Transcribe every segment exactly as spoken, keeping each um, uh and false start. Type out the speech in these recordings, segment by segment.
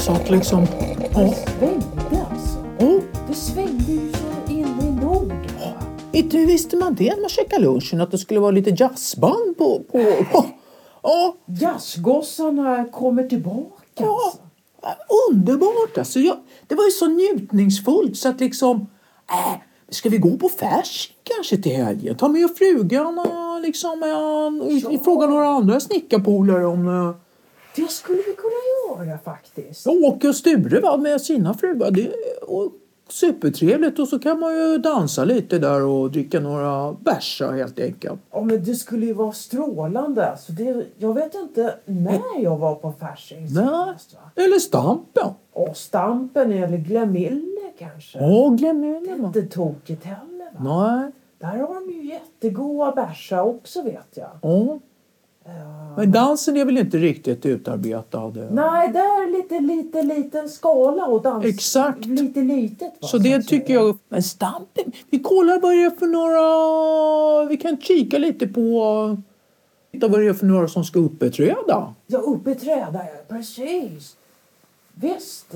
Så att liksom... Ja. Det svängde alltså. Oh. Det svängde ju så in i nord. Inte visste man det när man käkade lunchen, att det skulle vara lite jazzband på... på, på. Ja. Jazzgossarna kommer tillbaka. Ja, alltså. underbart. Alltså, jag, det var ju så njutningsfullt så att liksom... Äh, ska vi gå på färs kanske till helgen? Ta med frugan och liksom... Ja. Fråga några andra snickarpolare om... Uh, det skulle vi kunna göra faktiskt. Åke och Sture var med sina fruar. Det är supertrevligt. Och så kan man ju dansa lite där och dricka några bärsar helt enkelt. Ja, men det skulle ju vara strålande. Alltså det, jag vet inte när jag var på Fasching. Nej, eller Stampen. Och Stampen eller Glemille kanske. Ja, Glemille. Det är inte tokigt heller, va? Nej. Där har de ju jättegoda bärsar också, vet jag. Ja. Ja. Men dansen är väl inte riktigt utarbetad? Nej, det är lite, lite, liten skala och dans. Exakt. Lite litet. Va, så det tycker säga. jag... Men Stampen, vi kollar vad det är för några... Vi kan kika lite på... Titta vad det är för några som ska uppeträda. Ja, uppeträda, ja. Precis. Visst.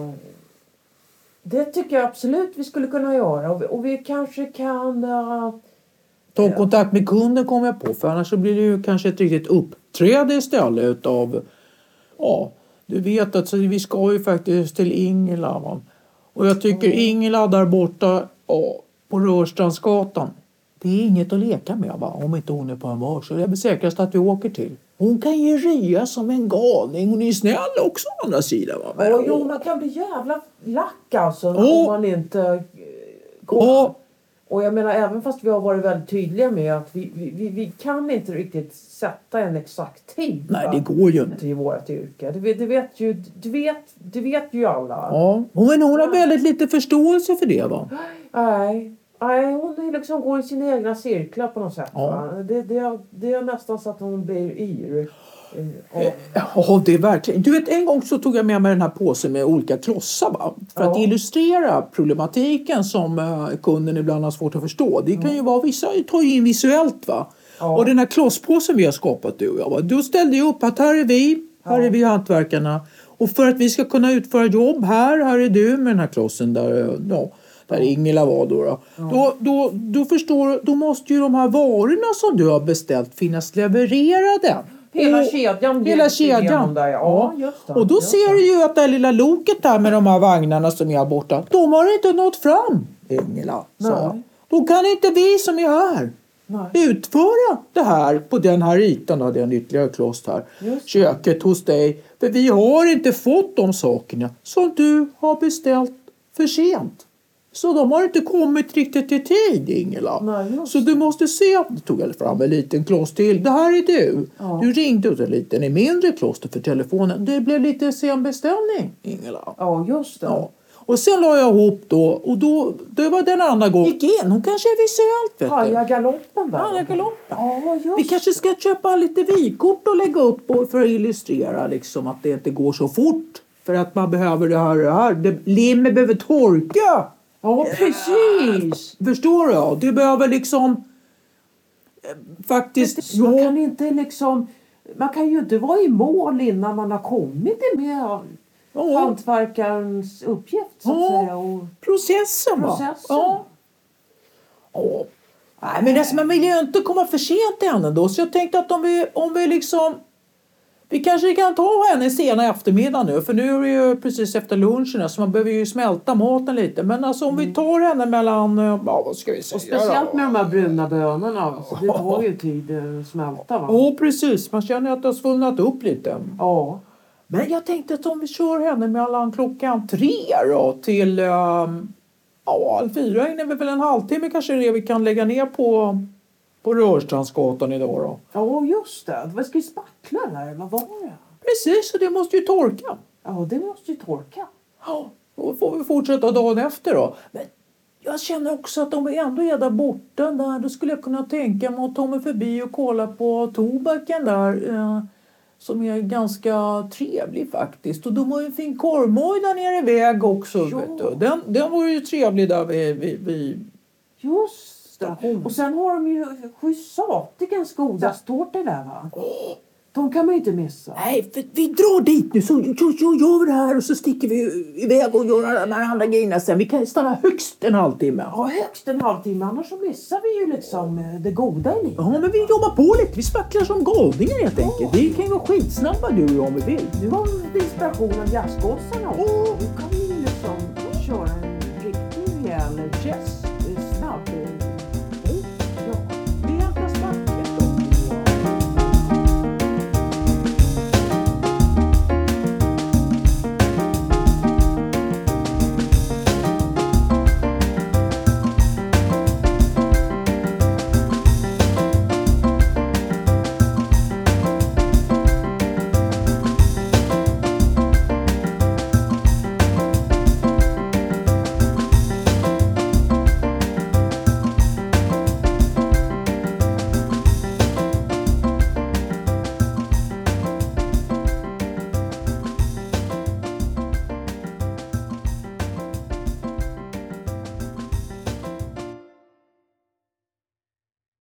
Det tycker jag absolut vi skulle kunna göra. Och vi, och vi kanske kan... Uh, Ta kontakt med kunden kommer jag på. För annars så blir det ju kanske ett riktigt uppträde istället utav... Ja, du vet att så vi ska ju faktiskt till Ingela. Va? Och jag tycker mm. Ingela där borta ja, på Rörstrandsgatan. Det är inget att leka med, va? Om inte hon är på en var. Så det är väl säkrast att vi åker till. Hon kan ju ria som en galning. Hon är snäll också å andra sidan. Va? Men, jo, man kan bli jävla lack alltså. Oh. Om man inte... Oh. Och jag menar, även fast vi har varit väldigt tydliga med att vi, vi, vi kan inte riktigt sätta en exakt tid. Nej, det går ju inte. I vårt yrke. Det, det, vet ju, det, vet, det vet ju alla. Ja, men hon har väldigt lite förståelse för det, va? Nej, Nej hon liksom går i sina egna cirklar på något sätt. Ja. Va? Det, det, det är nästan så att hon blir yr. Ja, oh, det är verkligen. Du vet, en gång så tog jag med mig den här påsen med olika klossar, va? För ja. att illustrera problematiken som uh, kunden ibland har svårt att förstå. Det kan mm. ju vara vissa, tar ju in visuellt, va? Ja. Och den här klosspåsen vi har skapat, du och jag, va? Då ställde jag upp att här är vi, här ja. är vi hantverkarna. Och för att vi ska kunna utföra jobb här, här är du med den här klossen där, ja, där Ingela var då. Då. Ja. Då, då, då förstår då måste ju de här varorna som du har beställt finnas levererade. Hela kedjan. Hela kedjan. Där, ja. Ja, just det, och då just ser du ju att det lilla loket där med de här vagnarna som är borta. De har inte nått fram, Ingela. Så. Då kan inte vi som är här Nej. utföra det här på den här ytan. Då, den ytterligare klost här. Köket hos dig. För vi har inte fått de sakerna som du har beställt för sent. Så de har inte kommit riktigt i tid, Ingela. Nej, så du måste se. Du tog jag fram en liten kloss till. Det här är du. Ja. Du ringde ut en liten i mindre kloster för telefonen. Det blev lite sen beställning, Ingela. Ja, just det. Ja. Och sen la jag ihop då. Och då, det var den andra gången. Gick in. Hon kanske är visuellt, vet du. Ja, galoppen där. Ja, galoppen. Ja, just Vi kanske ska köpa lite vykort och lägga upp för att illustrera liksom att det inte går så fort. För att man behöver det här och det här. Det, limmet behöver torka. Ja, precis. Förstår du? Du behöver liksom eh, faktiskt... Man kan inte liksom... Man kan ju inte vara i mål innan man har kommit med ja. hantverkarens uppgift, så att ja. säga. Och processen, va? Processen. Ja. Ja. Nej, men alltså, man vill ju inte komma för sent än då. Så jag tänkte att om vi, om vi liksom... Vi kanske kan ta henne sena eftermiddag nu. För nu är det ju precis efter lunchen. Så man behöver ju smälta maten lite. Men alltså om mm. vi tar henne mellan... Ja, vad ska vi säga? Och speciellt med de här bruna bönorna. Så det tar ju tid att smälta, va? Ja, precis. Man känner att det har svullnat upp lite. Ja. Men jag tänkte att om vi kör henne mellan klockan tre då till... Um, ja, halv fyra är väl en halvtimme kanske det vi kan lägga ner på... På Rörstrandsgatan idag då. Ja, just det. Vad ska vi spackla där? Vad var det? Precis, och det måste ju torka. Ja, det måste ju torka. Ja, då får vi fortsätta dagen efter då. Men jag känner också att om vi ändå är där borta där, då skulle jag kunna tänka mig att ta mig förbi och kolla på tobaken där. Eh, som är ganska trevlig faktiskt. Och de har ju en fin korvmoj där nere i väg också. Vet du. Den, den var ju trevlig där vi... vi, vi... Just. Och sen har de ju sju satigens godastårtor där, va? Oh, De kan man inte missa. Nej, för vi drar dit nu så, så, så gör vi det här och så sticker vi iväg och gör de här andra grejerna sen. Vi kan stanna högst en halvtimme. Ja, högst en halvtimme. Annars så missar vi ju liksom eh, det goda i livet. Ja, men vi jobbar på lite. Vi spacklar som galningar helt enkelt. Vi kan ju vara skitsnabba du och jag om vi vill. Nu har vi inspiration av jazzgossarna. Nu kan vi ju liksom köra en riktig rejäl jazz.